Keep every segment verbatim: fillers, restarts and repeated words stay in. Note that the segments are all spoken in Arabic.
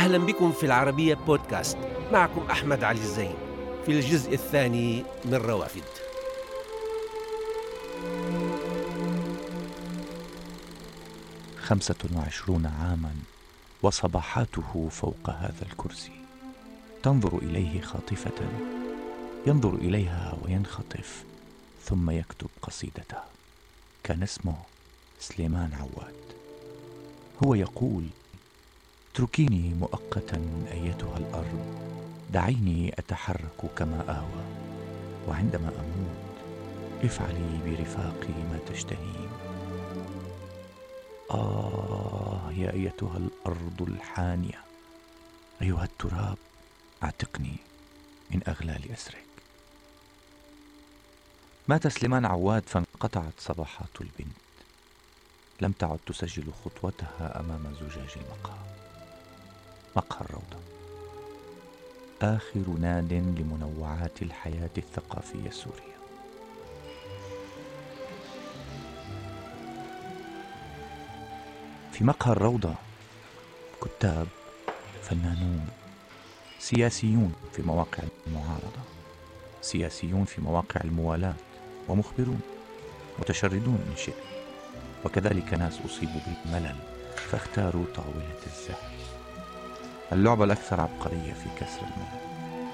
أهلا بكم في العربية بودكاست. معكم أحمد علي الزين في الجزء الثاني من روافد. خمسة وعشرون عاما وصباحاته فوق هذا الكرسي، تنظر إليه خاطفة، ينظر إليها وينخطف، ثم يكتب قصيدته. كان اسمه سليمان عواد. هو يقول: اتركيني مؤقتا أيتها الأرض، دعيني أتحرك كما أهوى، وعندما أموت افعلي برفاقي ما تشتهين. آه يا أيتها الأرض الحانية، أيها التراب اعتقني من أغلال أسرك. مات سليمان عواد فانقطعت صباحات البنت، لم تعد تسجل خطوتها أمام زجاج المقهى. مقهى الروضة، آخر ناد لمنوعات الحياة الثقافية السورية. في مقهى الروضة كتاب، فنانون، سياسيون في مواقع المعارضة، سياسيون في مواقع الموالاة، ومخبرون، متشردون إن شئت، وكذلك ناس أصيبوا بالملل فاختاروا طاولة الزحف، اللعبة الأكثر عبقرية في كسر الملل.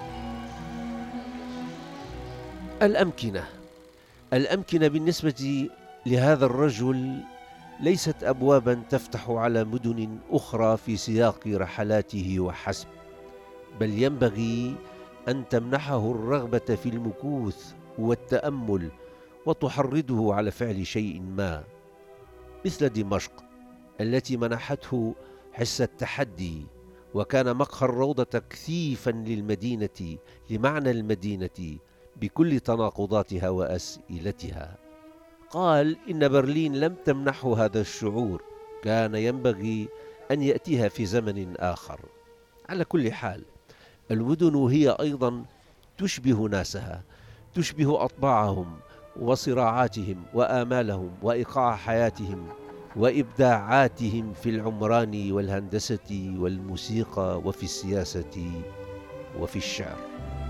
الأمكنة الأمكنة بالنسبة لهذا الرجل ليست أبوابا تفتح على مدن أخرى في سياق رحلاته وحسب، بل ينبغي أن تمنحه الرغبة في المكوث والتأمل، وتحرضه على فعل شيء ما، مثل دمشق التي منحته حس التحدي، وكان مقهى الروضة تكثيفا للمدينة، لمعنى المدينة بكل تناقضاتها وأسئلتها. قال إن برلين لم تمنحه هذا الشعور، كان ينبغي أن يأتيها في زمن آخر. على كل حال، المدن هي أيضا تشبه ناسها، تشبه أطباعهم وصراعاتهم وآمالهم وإيقاع حياتهم وإبداعاتهم في العمران والهندسة والموسيقى وفي السياسة وفي الشعر.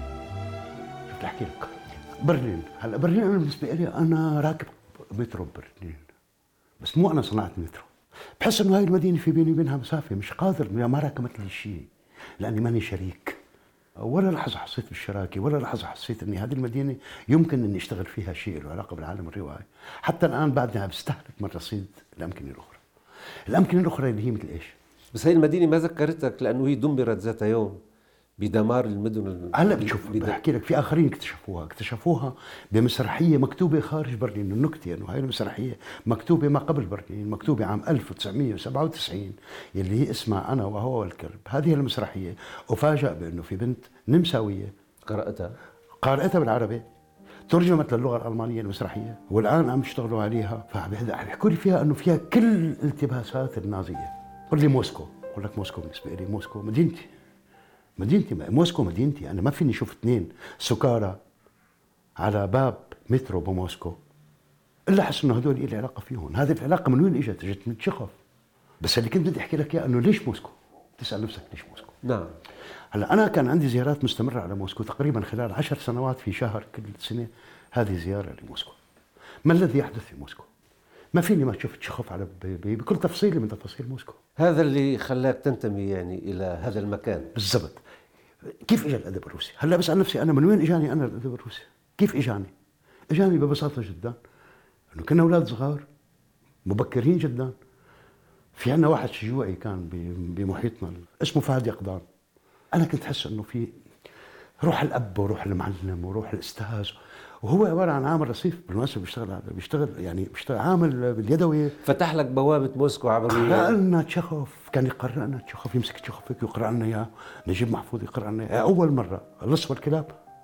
شو أحكي لك؟ برلين، هلا برلين أنا بالنسبة لي أنا راكب مترو برلين، بس مو أنا صنعت مترو. بحس إنه هاي المدينة في بيني وبينها مسافة، مش قادر، ما راكمت لي شيء لأني ماني شريك. ولا لحظة حسيت بالشراكة، ولا لحظة حسيت إني هذه المدينة يمكن إني أشتغل فيها شيء له علاقة بالعالم الروائي. حتى الآن بعدها بستهلك من رصيد الأمكنة الأخرى. الأمكنة الأخرى اللي هي مثل إيش؟ بس هاي المدينة ما ذكرتك لأنه هي دمرت ذات يوم بدمار المدن. هلا بتشوف، بحكي لك في آخرين اكتشفوها اكتشفوها بمسرحية مكتوبة خارج برلين. النكتة إنه هاي المسرحية مكتوبة ما قبل برلين، مكتوبة عام ألف وتسعمية وسبعة وتسعين، يلي هي اسمها أنا وهو والكلب. هذه المسرحية أفاجأ بأنه في بنت نمساوية قرأتها قارئتها بالعربي، ترجمت للغة الألمانية المسرحية، والآن عم يشتغلوا عليها. فبيحكوا لي فيها أنه فيها كل الالتباسات النازية. قل لي موسكو، أقول لك موسكو بالنسبة لي موسكو مدينتي، مدينتي موسكو مدينتي. أنا ما فيني أشوف اثنين سكارى على باب مترو بموسكو إلا أحس إنه هذول إلي علاقة فيهم. هذه العلاقة من وين إجت؟ إجت من تشيخوف. بس اللي كنت بدي أحكي لك إياه إنه ليش موسكو؟ تسأل نفسك ليش موسكو؟ نعم. هلا أنا كان عندي زيارات مستمرة على موسكو تقريبا خلال عشر سنوات في شهر كل سنة، هذه زيارة لموسكو. ما الذي يحدث في موسكو؟ ما فيني ما شفت تشيخوف على بكل تفصيل من تفاصيل موسكو. هذا اللي خلاك تنتمي يعني إلى هذا المكان. بالضبط. كيف اجى الادب الروسي؟ هلا بسال نفسي انا من وين اجاني انا الادب الروسي؟ كيف اجاني؟ اجاني ببساطه جدا انه كنا اولاد صغار مبكرين جدا. في عندنا واحد شيوعي كان بمحيطنا اسمه فهد يقظان. انا كنت احس انه في روح الاب وروح المعلم وروح الاستاذ، وهو عباره عن عامل رصيف بالمناسبه، بيشتغل بيشتغل يعني بيشتغل عامل باليدوي. فتح لك بوابه موسكو عبر قرأ لنا تشيخوف، كان يقرأ لنا تشيخوف، يمسك تشيخوف هيك ويقرأ لنا اياه. نجيب محفوظ يقرأ لنا اياه اول مره، اللص والكلاب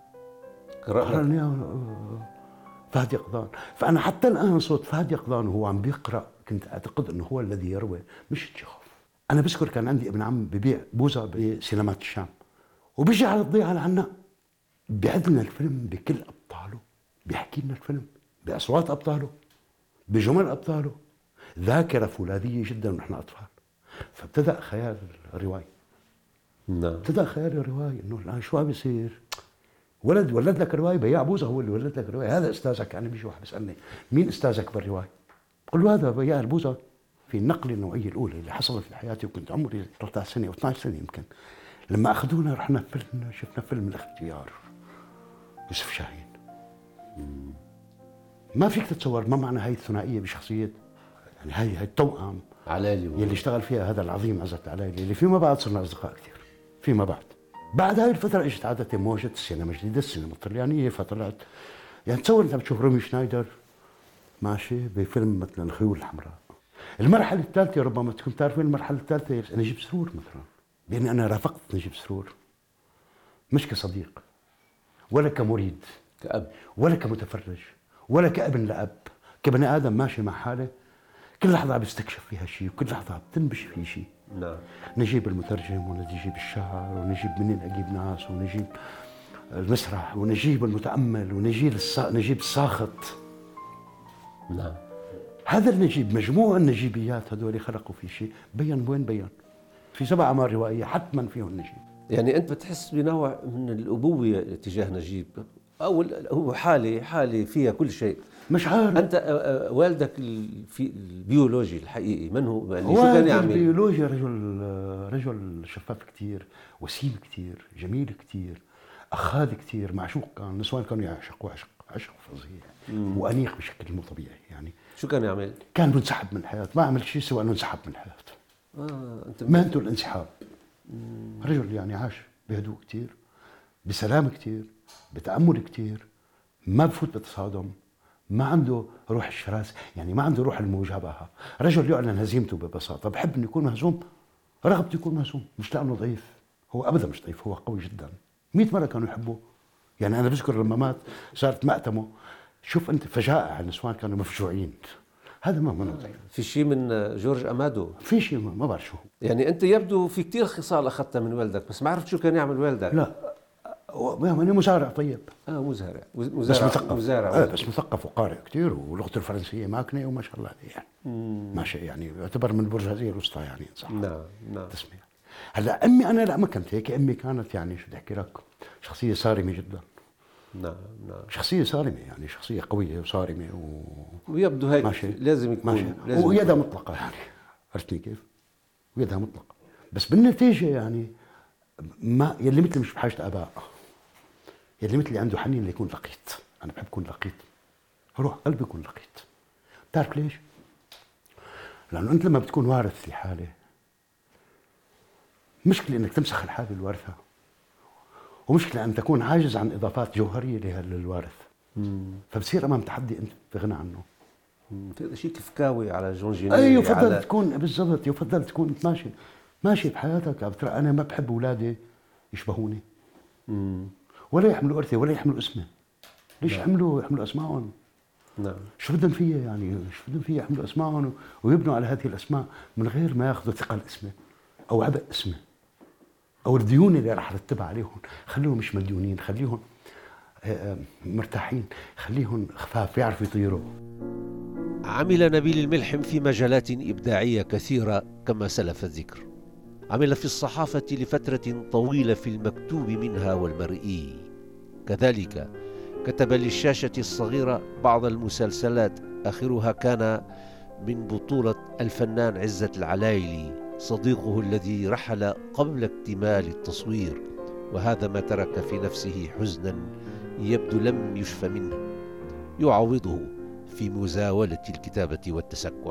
قرأ لنا اياه فهد يقظان. فانا حتى الان صوت فهد يقظان وهو عم بيقرأ كنت اعتقد انه هو الذي يروي مش تشيخوف. انا بذكر كان عندي ابن عم ببيع بوزه بسينمات الشام، وبيجي على الضيعه لعنا بيعد لنا الفيلم بكل ابطاله، بيحكي لنا الفيلم باصوات ابطاله بجمل ابطاله، ذاكره فولاذيه جدا ونحن اطفال. فابتدأ خيال الروايه. نعم. ابتدأ خيالي رواية، إنه الآن شو عم بيصير؟ ولد ولد لك رواية، بياع بوزة هو اللي ولد لك رواية، هذا أستاذك. يعني بيجي واحد بيسألني مين أستاذك بالرواية؟ بقول له هذا بياع البوزة. في النقلة النوعية الأولى اللي حصلت في حياتي، وكنت عمري ثلاثة عشر سنة أو اثنعش سنة يمكن، لما أخذونا رحنا فيلم، شفنا فيلم الاختيار يوسف شاهين. ما فيك تتصور ما معنى هاي الثنائية بشخصية، يعني هاي هاي التوأم علايلي يلي اشتغل فيها هذا العظيم عزت علايلي، اللي فيما بعد صرنا أصدقاء كثير. فيما بعد بعد هاي الفترة اجت عادة موجة السينما الجديدة، السينما الطليانية، فطلعت يعني تصور انت بتشوف رومي شنايدر ماشي بفيلم مثلا الخيول الحمراء. المرحلة الثالثة ربما تكون تعرفين المرحلة الثالثة نجيب سرور مثلا، بأني أنا رافقت نجيب سرور مش كصديق ولا كمريد كأب ولا كمتفرج ولا كابن لأب، كبني آدم ماشي مع حاله، كل لحظة عم بيستكشف فيها شيء وكل لحظة عم تنبش فيه شيء. نعم. نجيب المترجم ونجيب الشاعر ونجيب منين أجيب ناس ونجيب المسرح ونجيب المتأمل ونجيب الصا... نجيب الساخط. نعم. هذا النجيب، مجموع النجيبيات هذول خلقوا في شيء بين وين بين في سبع أعمال روائية حتما فيهم النجيب. يعني أنت بتحس بنوع من الأبوة تجاه نجيب، أو هو حالة حالة فيها كل شيء. مش عارف أنت والدك في البيولوجي الحقيقي من هو؟ يعني شو كان والدي يعمل؟ البيولوجي رجل رجل شفاف كتير، وسيم كتير، جميل كتير، أخاذ كتير، معشوق كان، النسوان كانوا يعشقوا عشق عشق فظيع وأنيق بشكل مو طبيعي. يعني شو كان يعمل؟ كان منسحب من الحياة، ما عمل شيء سوى أنه انسحب من الحياة. آه، أنت مهنته الانسحاب. رجل يعني عاش بهدوء كتير، بسلام كتير، بتأمل كتير، ما بفوت بتصادم، ما عنده روح الشراسة، يعني ما عنده روح المجابهة. رجل يعلن هزيمته ببساطة، بحب انه يكون مهزوم، رغبته يكون مهزوم، مش لأنه ضعيف، هو أبدا مش ضعيف، هو قوي جدا. مئة مرة كانوا يحبوه. يعني أنا بذكر لما مات صارت مأتمه، شوف أنت فجائع، النسوان كانوا مفجوعين. هذا ما منه ضعيف. في شيء من جورج أمادو؟ في شيء ما, ما بعرف شو. يعني أنت يبدو في كتير خصال أخذتها من والدك، بس ما عرفت شو كان يعمل والدك. لا يعني مزارع طيب. اه مزارع مزارع بس مثقف. مزارع آه بس مثقف وقارئ كثير، ولغته الفرنسيه ماكنه وما شاء الله عليه يعني. ماشي يعني يعتبر من البرجوازيه الوسطى يعني صح. نعم نعم. تسمية. هلا امي انا لا ما كنت هيك، امي كانت يعني شو بدي احكي لك، شخصيه صارمه جدا. نعم نعم. شخصيه صارمه يعني شخصيه قويه وصارمه و... ويبدو هيك ماشي. لازم يكون ماشي. لازم ويدها يكون. مطلقه يعني، عرفتني كيف؟ ويدها مطلقه، بس بالنتيجه يعني ما يلي مثل مش بحاجه اباء، يلي مثلي عنده حنين ليكون لقيط. أنا بحب أكون لقيط، روح قلبي يكون لقيط. بتعرف ليش؟ لأنه أنت لما بتكون وارث لحالة، مشكلة إنك تمسخ الحالة اللي وارثها، ومشكلة أن تكون عاجز عن إضافات جوهرية لها للوارث. فبصير أمام تحدي أنت بغنى عنه. هذا شيء كفكاوي على جون جيني. أي يفضل على... تكون بالضبط، يفضل تكون ماشي ماشي بحياتك. ترى أنا ما بحب أولادي يشبهوني. مم. ولا يحملوا إرثي ولا يحملوا اسمي. ليش يحملوا يحملوا أسمائهم؟ نعم. شو بدهم فيها يعني؟ شو بدهم فيها يحملوا أسمائهم ويبنوا على هذه الأسماء من غير ما ياخذوا ثقل اسمه أو عبء اسمه أو الديون اللي راح رتبها عليهم. خليهم مش مديونين، خليهم مرتاحين، خليهم خفاف يعرفوا يطيروا. عمل نبيل الملحم في مجالات إبداعية كثيرة كما سلف الذكر. عمل في الصحافة لفترة طويلة في المكتوب منها والمرئي، كذلك كتب للشاشة الصغيرة بعض المسلسلات، آخرها كان من بطولة الفنان عزت العلايلي صديقه الذي رحل قبل اكتمال التصوير، وهذا ما ترك في نفسه حزنا يبدو لم يشف منه يعوضه في مزاولة الكتابة والتسكع.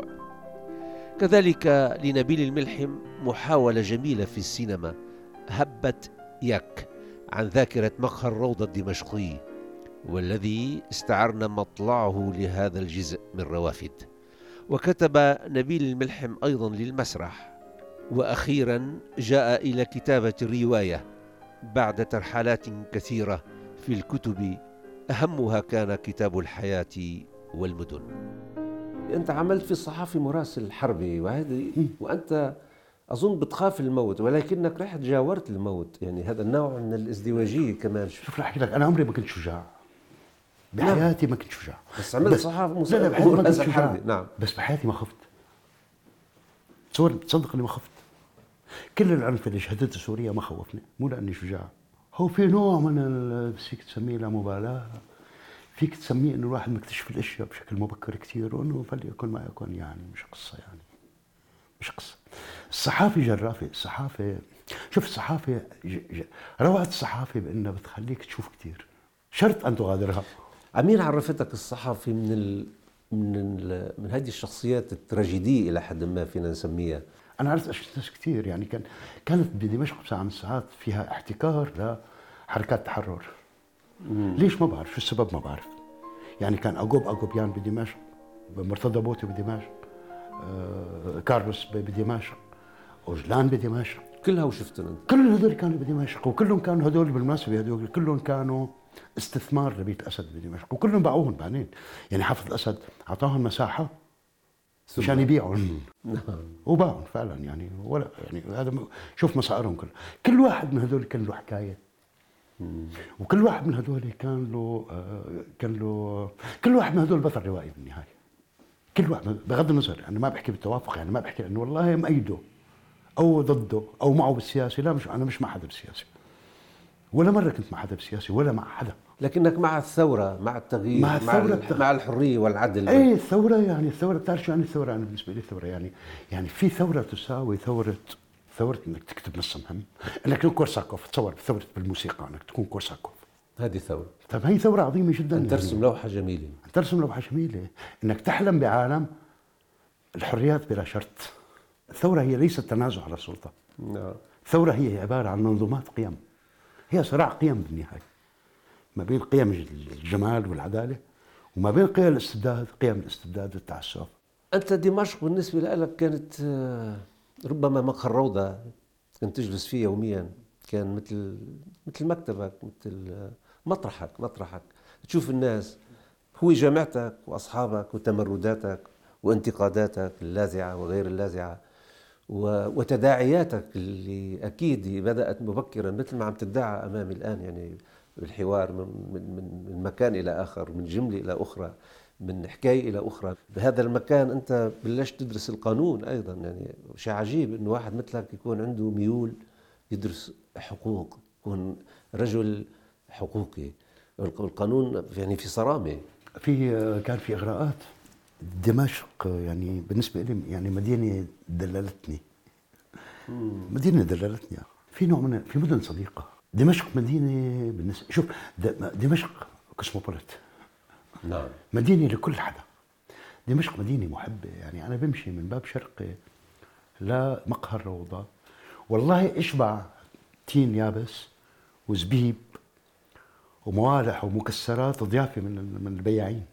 كذلك لنبيل الملحم محاولة جميلة في السينما، هبت ياك، عن ذاكرة مقهى الروضة الدمشقي، والذي استعرنا مطلعه لهذا الجزء من روافد. وكتب نبيل الملحم أيضا للمسرح، وأخيرا جاء إلى كتابة الرواية بعد ترحلات كثيرة في الكتب، أهمها كان كتاب الحياة والمدن. أنت عملت في الصحافة مراسل حربي، وهذه وأنت أظن بتخاف الموت، ولكنك رحت جاورت الموت. يعني هذا النوع من الازدواجية كمان. شوف رح أحكي لك، أنا عمري ما كنت شجاع بحياتي، ما كنت شجاع، بس عملت صحافة مراسل حربي. نعم. بس بحياتي ما خفت. تصور تصدق اللي ما خفت. كل العنف اللي شهدته سوريا ما خوفني، مو لاني شجاع. هو في نوع من ال- فيك تسميه لا مبالاه، فيك تسميه انه الواحد مكتشف الاشياء بشكل مبكر كثير، وانه فليكن ما يكون، يعني مش قصه، يعني مش قصه. الصحافه جرافه، الصحافه شوف الصحافه ج... ج... روعه الصحافه بانها بتخليك تشوف كثير، شرط ان تغادرها. عمين عرفتك الصحافي من ال... من ال... من هذه الشخصيات التراجيدية إلى حد ما فينا نسميها؟ انا عرفت اشخاص كثير، يعني كان كانت بدمشق بساعه من الساعات فيها احتكار لحركات التحرر. مم. ليش ما بعرف، شو السبب ما بعرف. يعني كان اجوب اجوبيان بدمشق، مرتضى بوتي بدمشق، آه كارلوس بدمشق، اوجلان بدمشق، كلها وشفتن أنت؟ كل هذول كانوا بدمشق، وكلهم كانوا هذول بالمناسبه هذول كلهم كانوا استثمار لبيت اسد بدمشق، وكلهم باعوهم بعدين. يعني حافظ الاسد اعطاهم مساحه مشان يبيعهم نعم. وباعهم فعلا، يعني ولا يعني هذا م- شوف مصائرهم كلها. كل واحد من هذول كان له حكايه، مم. وكل واحد من هذول كان له آه، كان له كل واحد من هذول بطل روائي بالنهايه. كل واحد بغض النظر، انا ما بحكي بالتوافق، يعني ما بحكي انه والله مأيده او ضده او معه بالسياسه، لا، مش انا مش مع حدا بالسياسه، ولا مره كنت مع حدا بالسياسه ولا مع حدا. لكنك مع الثورة، مع التغيير، مع مع, الثورة الح... بتاع- مع الحرية والعدل. ايه الثوره، يعني الثوره بتعرف شو يعني الثوره؟ انا بالنسبه لي الثوره يعني يعني في ثوره تساوي ثوره ثوره انك تكتب نص مهم، انك تكون كورساكوف. تصور ثوره بالموسيقى انك تكون كورساكوف. هذه ثورة. طيب هي ثوره عظيمه جدا، أن يعني ترسم لوحة جميلة. أن ترسم لوحه جميله، انك تحلم بعالم الحريات بلا شرط. الثوره هي ليست تنازع على السلطه، نعم. الثوره هي عباره عن منظومات قيم، هي صراع قيم بالنهايه، ما بين قيم الجمال والعداله وما بين قيم الاستبداد، قيم الاستبداد والتعسف. أنت دمشق بالنسبة لك كانت آه، ربما مقهى الروضة، كنت تجلس فيه يوميا، كان مثل مثل مكتبك، مثل آه، مطرحك مطرحك تشوف الناس، هو جامعتك وأصحابك وتمرداتك وانتقاداتك اللاذعة وغير اللاذعة و- وتداعياتك اللي أكيد بدأت مبكرا مثل ما عم تدعى أمامي الآن، يعني بالحوار من, من, من مكان إلى آخر، من جملة إلى أخرى، من حكاية إلى أخرى. بهذا المكان أنت بلشت تدرس القانون أيضا، يعني شيء عجيب أنه واحد مثلك يكون عنده ميول يدرس حقوق، يكون رجل حقوقي. القانون يعني في صرامة. في كان في اغراءات. دمشق يعني بالنسبه لي يعني مدينه دللتني، مدينه دللتني. في نوع من في مدن صديقه. دمشق مدينه بالنسبه، شوف د- دمشق كوسموبوليت، نعم. مدينه لكل حدا. دمشق مدينه محبه، يعني انا بمشي من باب شرقي لمقهى الروضه والله اشبع تين يابس وزبيب وموالح ومكسرات ضيافه من من البياعين،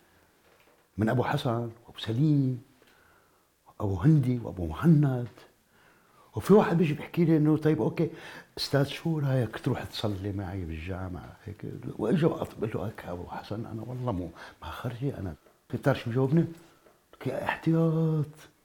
من ابو حسن وابو سليم وابو هندي وابو مهند. وفي واحد بيجي بيحكي لي انه طيب اوكي استاذ شو رايك تروح تصلي معي بالجامعه هيك، واجا وقت بقول له هيك ابو حسن انا والله مو ما خرجي انا. بتعرف شو بجاوبني؟ يا احتياط.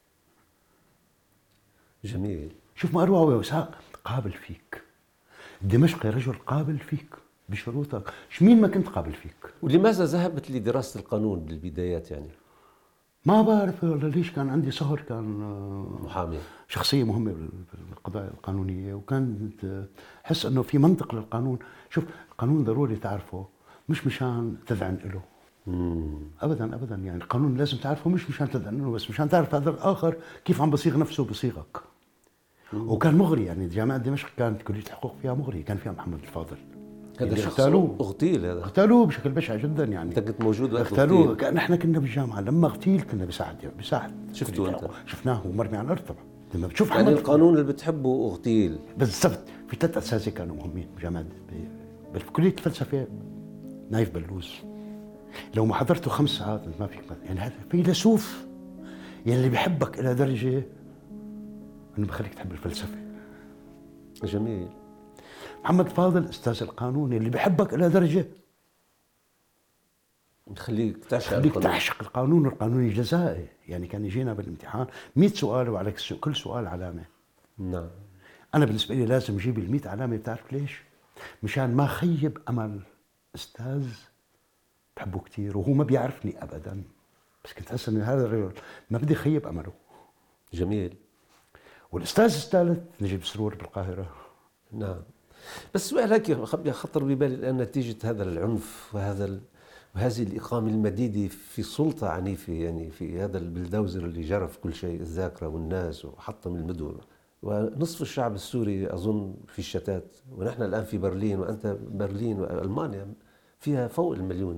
جميل. شوف ما اروع يا وساق، قابل فيك. دمشق يا رجل قابل فيك بشروطك، شو مين ما كنت قابل فيك. ولماذا ذهبت لدراسة القانون بالبدايات يعني؟ ما بعرف والله ليش، كان عندي صهر، كان آه، محامي. شخصية مهمة بالقضايا القانونية، وكانت حس انه في منطق للقانون. شوف القانون ضروري تعرفه، مش مشان تذعن له. مم. ابدا ابدا، يعني القانون لازم تعرفه مش مشان تذعن له بس، مشان تعرف هذا الاخر كيف عم بصيغ نفسه بصيغك. وكان مغري، يعني جامعة دمشق كانت كلية الحقوق فيها مغري، كان فيها محمد الفاضل. هذا يعني شخص اغتالوه اغتيل. هذا اغتالوه بشكل بشع جدا، يعني انت كنت موجود وقت اغتالوه. اغتيل؟ كان احنا كنا بالجامعة لما اغتيل كنا بساعد بساعد شفته أنت؟ شفناه مرمي على الارض طبعا. لما بتشوف يعني محمد القانون اللي بتحبه اغتيل. بالضبط. في ثلاث اساتذه كانوا مهمين بجامعه بكليه الفلسفه، نايف بلوز. لو ما حضرته خمس ساعات انت ما فيك، يعني هذا فيلسوف يلي بحبك الى درجه انه بخليك تحب الفلسفه. جميل. محمد فاضل استاذ القانون اللي بحبك الى درجه بخليك تعشق خليك القانون. تعشق القانون والقانون الجزائي. يعني كان يجينا بالامتحان مئة سؤال وعلى كل سؤال علامه. نعم. انا بالنسبه لي لازم اجيب ال مئة علامه. بتعرف ليش؟ مشان ما خيب امل استاذ بحبه كثير وهو ما بيعرفني ابدا، بس كنت حاسس انه هذا الرجل ما بدي خيب امله. جميل. والأستاذ الثالث نجيب سرور بالقاهرة. نعم. بس سؤال هيك يخطر ببالي الآن، نتيجة هذا العنف وهذا ال... وهذه الإقامة المديدة في سلطة عنيفة، يعني في هذا البلدوزر اللي جرف كل شيء، الذاكرة والناس وحطم المدن، ونصف الشعب السوري أظن في الشتات، ونحن الآن في برلين، وأنت برلين وألمانيا فيها فوق المليون.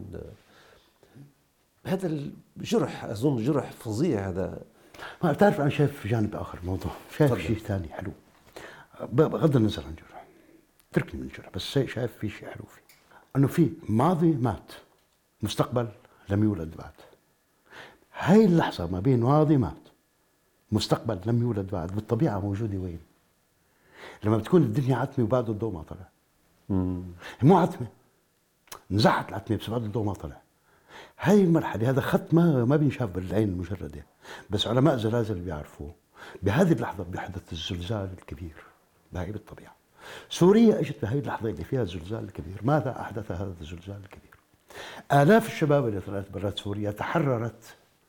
هذا الجرح أظن جرح فظيع. هذا ما بتعرف، أنا شايف جانب آخر الموضوع، شايف طبعا. شيء ثاني حلو بغض النظر عن الجرح، تركني من الجرح، بس شايف في شيء حلو فيه، أنه في ماضي مات، مستقبل لم يولد بعد. هاي اللحظة ما بين ماضي مات مستقبل لم يولد بعد بالطبيعة موجودة وين؟ لما بتكون الدنيا عتمة وبعد الضوء ما طلع. مم. مو عتمة، نزحت العتمة بس بعد الضوء ما طلع. هاي المرحلة، هذا خط ما ما بينشاف بالعين المجردة، بس علماء زلازل بيعرفوه. بهذه اللحظة بيحدث الزلزال الكبير، بهاي بالطبيعة. سوريا اجت بهاي اللحظة اللي فيها الزلزال الكبير. ماذا أحدث هذا الزلزال الكبير؟ آلاف الشباب اللي طلعت برات سوريا تحررت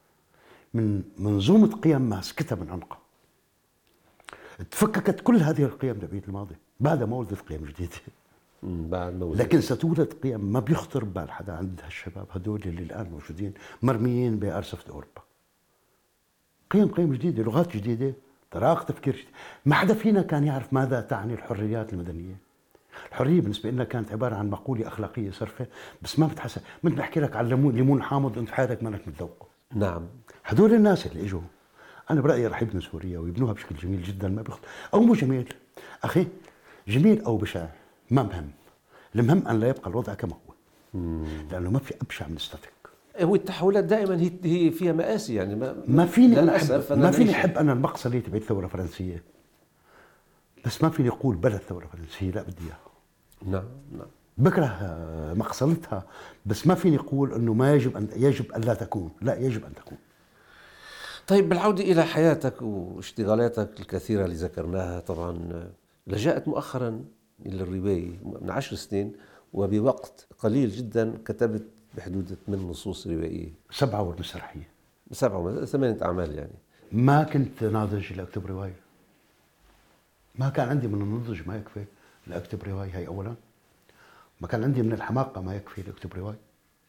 من منظومة قيم ماسكتها من عنقها. تفككت كل هذه القيم لبيت الماضي بعد ما ولدت قيم جديدة. بعد ما ولدت. لكن ستولد قيم ما بيخطر ببال حدا عند هالشباب هدول اللي الآن موجودين مرميين بأرصفة أوروبا. قيم قيم جديدة، لغات جديدة، طرائق تفكير جديدة. ما حدا فينا كان يعرف ماذا تعني الحريات المدنية. الحرية بالنسبة لنا كانت عبارة عن مقولة أخلاقية صرفة، بس ما بتحسن. من بحكي لك على ليمون ليمون حامض أنت حياتك مالك متذوقه. نعم. هدول الناس اللي اجوا، أنا برأيي رح يبنوا سوريا ويبنوها بشكل جميل جدا، ما بيخط أو مو جميل أخي، جميل أو بشع ما مهم، المهم أن لا يبقى الوضع كما هو. مم. لأنه ما في أبشع من ستاتيك. هو التحولات دائما هي هي فيها مآسي، يعني ما ما فيني أنا أحب أنا ما فيني أحب أنا المقصلة تبع الثورة الفرنسية، بس ما فيني أقول بلا الثورة الفرنسية، لا بدي إياها. نعم نعم. بكره مقصلتها، بس ما فيني أقول أنه ما يجب أن يجب أن لا تكون، لا يجب أن تكون. طيب، بالعودة إلى حياتك واشتغالاتك الكثيرة اللي ذكرناها، طبعا لجأت مؤخرا إلى الرواية من عشر سنين، وبوقت قليل جدا كتبت بحدود ثمان نصوص روائية. سبعة والمسرحية. سبعة ثمانية أعمال يعني. ما كنت ناضج لأكتب رواية، ما كان عندي من النضج ما يكفي لأكتب رواية. هاي أولا. ما كان عندي من الحماقة ما يكفي لأكتب رواية.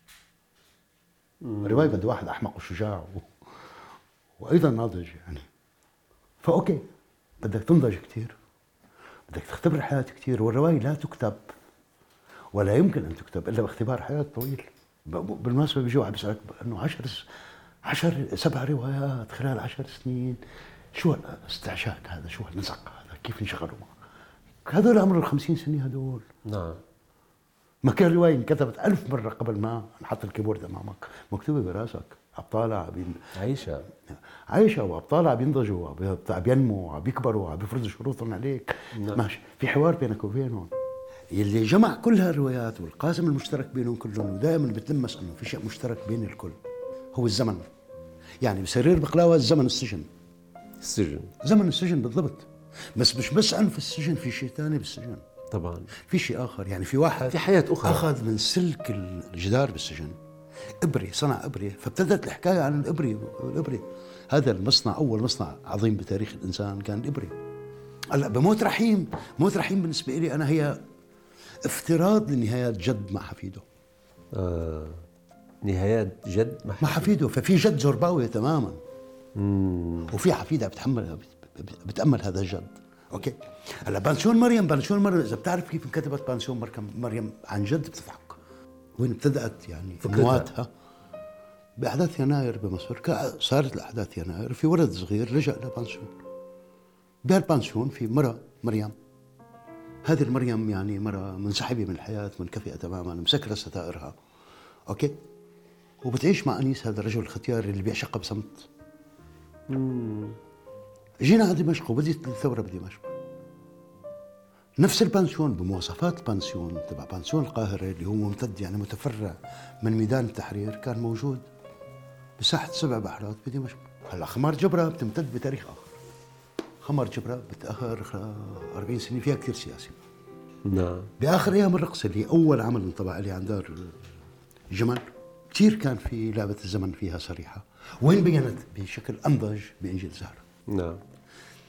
رواية بده واحد أحمق وشجاع و... وأيضا ناضج يعني. فأوكي، بدك تنضج كتير، بدك تختبر الحياة كتير، والرواية لا تكتب ولا يمكن أن تكتب إلا باختبار حياة طويل. بالمناسبة بيجي واحد بيسألك إنه عشر عشر سبع روايات خلال عشر سنين، شو الاستعشاد هذا؟ شو هالنزق هذا؟ كيف نشغله؟ هذول عمر الخمسين سنة هذول. نعم. ما كان رواية انكتبت ألف مرة قبل ما نحط الكيبورد أمامك، مكتوبة براسك. أبطالها عم عايشة عايشة وأبطالها عم ينضجوا، عم ينموا، عم يكبروا، عم يفرضوا شروطهم عليك. نعم. ماشي، في حوار بينك وبينهم. يلي جمع كل هالروايات والقاسم المشترك بينهم كلهم، ودائما بتلمس أنه في شيء مشترك بين الكل، هو الزمن. يعني بسرير بقلاوة الزمن السجن. السجن زمن السجن بالضبط. بس مش بس أنه في السجن، في شيء ثاني بالسجن طبعا، في شيء آخر. يعني في واحد في حياة أخرى أخذ من سلك الجدار بالسجن إبرة، صنع إبرة، فابتدت الحكاية عن الإبرة. الإبرة هذا المصنع، أول مصنع عظيم بتاريخ الإنسان كان الإبرة. هلا بموت رحيم، موت رحيم بالنسبة لي أنا هي افتراض لنهايات جد مع حفيده. آه. نهايات جد مع مع حفيده. ففي جد زرباوية تماما. مم. وفي حفيدة بتحمل بتأمل هذا الجد. اوكي. هلا بانسيون مريم، بانسيون مريم اذا بتعرف كيف انكتبت بانسيون مريم عن جد بتضحك. وين ابتدأت يعني نواتها؟ بأحداث يناير بمصر. صارت الأحداث يناير، في ولد صغير لجأ لبانسيون. بهالبانسيون في مرة مريم. هذه المريم يعني مرة منسحبة من الحياة، منكفئة تماما، مسكرة ستائرها. اوكي. وبتعيش مع أنيس هذا الرجل الختيار اللي بيعشقها بصمت. مم. جينا على دمشق وبديت الثورة بدمشق. نفس البانسيون بمواصفات البانسيون تبع بانسيون القاهرة اللي هو ممتد يعني متفرع من ميدان التحرير، كان موجود بساحة سبع بحرات بدمشق. هلا خمار جبرة بتمتد بتاريخ آخر. خمار جبرة بتأخر أربعين سنة، فيها كثير سياسي. نعم. بآخر أيام الرقص اللي أول عمل انطبع لي عن دار جمل، كثير كان في لعبة الزمن فيها صريحة، وين بينت بشكل أنضج بإنجيل زهرة. نعم.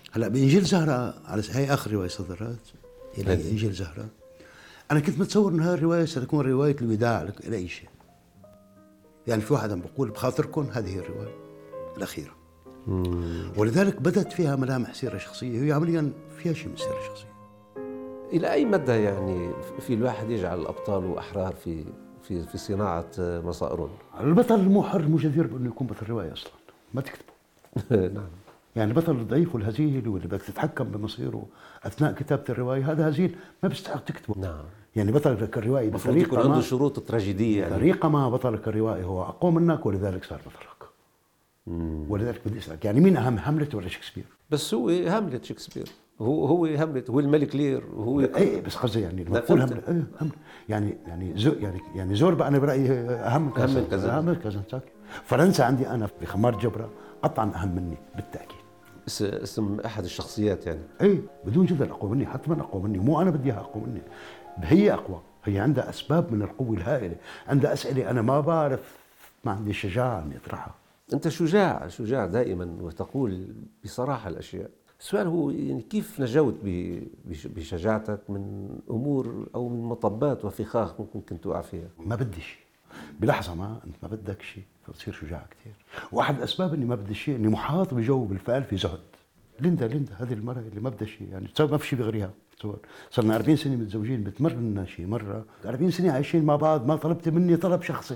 هلا بإنجيل زهرة، على هي آخر رواية صدرت اللي هي إنجيل زهرة، أنا كنت متصور إن هذه الرواية ستكون رواية الوداع لأي شيء. يعني في واحد عم بقول بخاطركم هذه هي الرواية الأخيرة. مم. ولذلك بدت فيها ملامح سيرة شخصية، هي عمليا فيها شيء من سيرة شخصية. إلى أي مدى يعني في الواحد يجعل الأبطال وأحرار في في في صناعة مصائرهم؟ البطل مو حر، مو جدير بأنه يكون بطل رواية أصلا، ما تكتبه. نعم. يعني البطل الضعيف والهزيل واللي بدك تتحكم بمصيره أثناء كتابة الرواية، هذا هزيل ما بيستحق تكتبه. نعم. يعني بطلك الروائي بطريقة يكون عنده شروط التراجيدية، يعني طريقة ما بطلك الروائي هو أقوى منك ولذلك صار بطلك. مم. ولذلك بدي أسألك، يعني مين أهم، هاملت ولا شكسبير؟ بس هو هاملت شكسبير، هو هو هاملت، هو الملك لير، وهو اي بس قصدي يعني لما تقول هاملت ايه هاملت يعني يعني زو يعني يعني زوربا انا برايي اهم من كازان، اهم من كازان. فرنسا عندي انا بخمار جبرة قطعا اهم مني بالتاكيد. اسم احد الشخصيات يعني. اي بدون جدل اقوى مني، حتما اقوى مني، مو انا بدي اياها اقوى مني، هي اقوى، هي عندها اسباب من القوه الهائله، عندها اسئله انا ما بعرف، ما عندي الشجاعه اني اطرحها. انت شجاع، شجاع دائما وتقول بصراحه الاشياء. السؤال هو يعني كيف نجوت بشجاعتك من امور او من مطبات وفخاخ ممكن كنت تقع فيها؟ ما بدي شيء بلحظه، ما انت ما بدك شيء فتصير شجاع كثير. واحد الاسباب اني ما بدي شيء اني محاط بجو بالفعل في زهد. ليندا ليندا هذه المراه اللي ما بدها شيء، يعني ما في شيء بغيرها. صرنا أربعين سنه متزوجين، بتمرنا شيء مره أربعين سنه عايشين مع بعض، ما طلبت مني طلب شخصي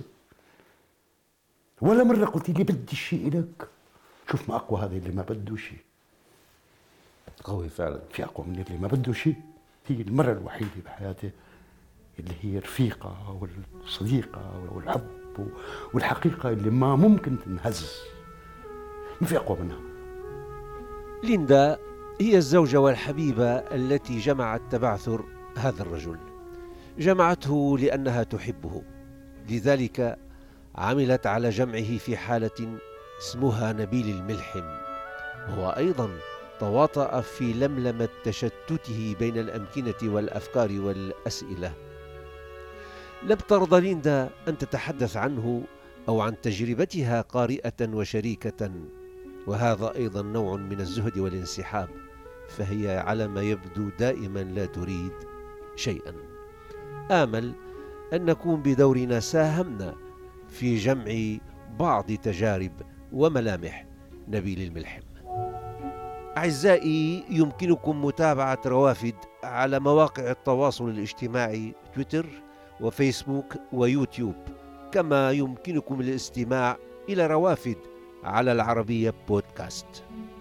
ولا مره قلت لي بدي شيء لك. شوف ما اقوى هذا اللي ما بده شيء. قوي فعلا. في اقوى من اللي ما بده شيء. هي المره الوحيده بحياتي اللي هي الرفيقه والصديقه والحب والحقيقه اللي ما ممكن تنهز، ما في اقوى منها. ليندا هي الزوجة والحبيبة التي جمعت تبعثر هذا الرجل، جمعته لأنها تحبه، لذلك عملت على جمعه في حالة اسمها نبيل الملحم. هو أيضا تواطأ في لملمة تشتته بين الأمكنة والأفكار والأسئلة. لم ترضى ليندا أن تتحدث عنه أو عن تجربتها قارئة وشريكة، وهذا أيضا نوع من الزهد والانسحاب، فهي على ما يبدو دائما لا تريد شيئا. آمل أن نكون بدورنا ساهمنا في جمع بعض تجارب وملامح نبيل الملحم. أعزائي، يمكنكم متابعة روافد على مواقع التواصل الاجتماعي تويتر وفيسبوك ويوتيوب، كما يمكنكم الاستماع إلى روافد على العربية بودكاست.